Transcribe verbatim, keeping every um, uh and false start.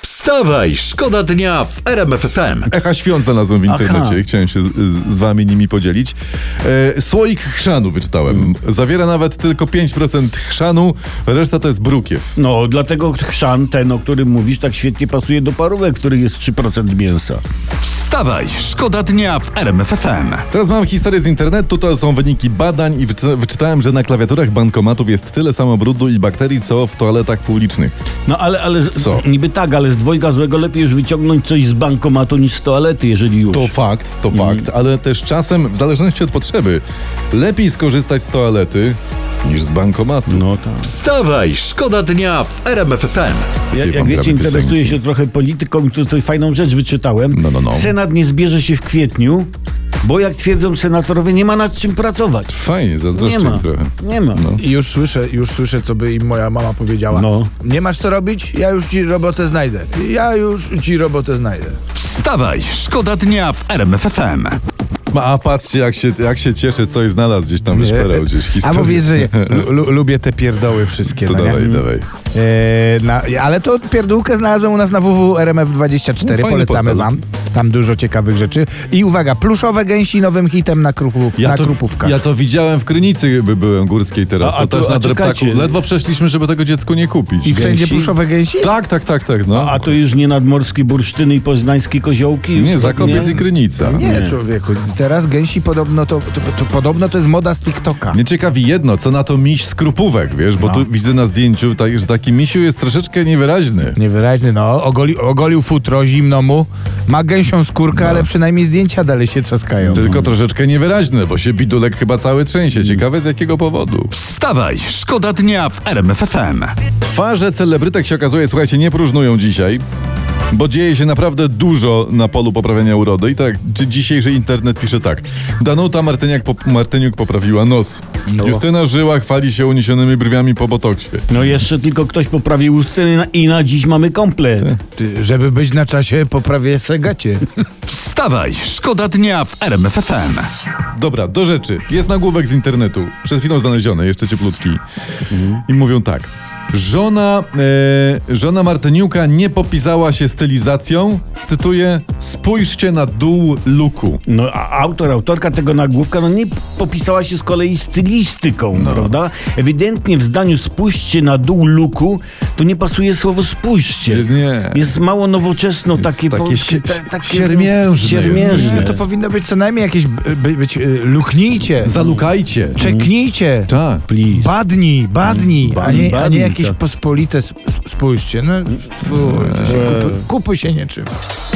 Wstawaj, szkoda dnia w R M F F M. Echa świąt znalazłem w internecie. Aha. Chciałem się z, z wami nimi podzielić. E, słoik chrzanu wyczytałem. Mm. Zawiera nawet tylko pięć procent chrzanu, reszta to jest brukiew. No, dlatego chrzan, ten, o którym mówisz, tak świetnie pasuje do parówek, w których jest trzy procent mięsa. Wstawaj, szkoda dnia w R M F F M. Teraz mam historię z internetu, to są wyniki badań i wyczyta- wyczytałem, że na klawiaturach bankomatów jest tyle samo brudu i bakterii, co w toaletach publicznych. No ale, ale z- Co? niby tak, ale z dwojga złego lepiej już wyciągnąć coś z bankomatu niż z toalety, jeżeli już. To fakt, to Mhm. fakt, ale też czasem, w zależności od potrzeby, lepiej skorzystać z toalety niż z bankomatu. No tak. Wstawaj, szkoda dnia w R M F F M. Ja, Wie pan jak wiecie, prawie interesuję piosenki. się trochę polityką i to, to fajną rzecz wyczytałem. No, no, no. Senat nie zbierze się w kwietniu, bo jak twierdzą senatorowie, nie ma nad czym pracować. Fajnie, Nie zazdroszczę ma, im trochę. nie ma. No. I już słyszę, już słyszę, co by im moja mama powiedziała. No. Nie masz co robić? Ja już ci robotę znajdę. Ja już ci robotę znajdę. Wstawaj, szkoda dnia w R M F F M. A patrzcie, jak się, jak się cieszę, coś znalazł gdzieś tam, wyszperał gdzieś A historię. mówisz, że lu- lubię te pierdoły wszystkie. To no nie? dawaj, dawaj. E, na, ale to pierdółkę znalazłem u nas na w w w kropka r m f dwadzieścia cztery. No, fajny Polecamy portal. wam. Tam dużo ciekawych rzeczy. I uwaga, pluszowe gęsi nowym hitem na, krupów, Ja na to, krupówkach. ja to widziałem w Krynicy, by byłem górskiej teraz. A- a to tu- też a na dreptaku. czekajcie. Ledwo przeszliśmy, żeby tego dziecku nie kupić. I wszędzie gęsi? pluszowe gęsi? Tak, tak, tak, tak. No. A to już nie nadmorskie bursztyny i poznańskie koziołki? Nie, Zakopiec Nie? i Krynica. Nie, Nie. człowieku. Teraz gęsi podobno to, to, to, podobno to jest moda z TikToka. Mnie ciekawi jedno, co na to miś z krupówek, wiesz, bo No. tu widzę na zdjęciu, tak, że taki misiu jest troszeczkę niewyraźny. Niewyraźny, no. Ogoli, ogolił futro, zimno mu. Ma gęsią skórkę, ale przynajmniej zdjęcia dalej się trzaskają. Tylko troszeczkę niewyraźny, bo się bidulek chyba cały trzęsie. Ciekawe z jakiego powodu. Wstawaj, szkoda dnia w R M F F M. Twarze celebrytek się okazuje, słuchajcie, nie próżnują dzisiaj. Bo dzieje się naprawdę dużo na polu poprawiania urody. I tak, czy dzisiejszy internet pisze tak. Danuta Martyniak, pop, Martyniuk poprawiła nos. No. Justyna Żyła chwali się uniesionymi brwiami po botoksie. No jeszcze tylko ktoś poprawił ustny na- i na dziś mamy komplet. Ty, żeby być na czasie, poprawię segacie. Wstawaj, szkoda dnia w R M F F M. Dobra, do rzeczy. Jest nagłówek z internetu. Przed chwilą znaleziony, jeszcze cieplutki. I mówią tak. Żona, e, żona Martyniuka nie popisała się stylizacją. Cytuję. Spójrzcie na dół luku. No a autor, autorka tego nagłówka no nie popisała się z kolei stylistyką, No. prawda? Ewidentnie w zdaniu spójrzcie na dół luku, to nie pasuje słowo spójrzcie. Nie. Jest mało nowoczesno, takie... takie po- sie- ta- takie siermiężne siermiężne. No to powinno być co najmniej jakieś by, by, być y, luknijcie, Zalukajcie. czeknijcie, Tak. Please. badnij, badnij, a nie, a nie Badnij, jakieś tak. pospolite, sp- spójrzcie. No, fuj, to się kupuj, kupuj się nie trzyma.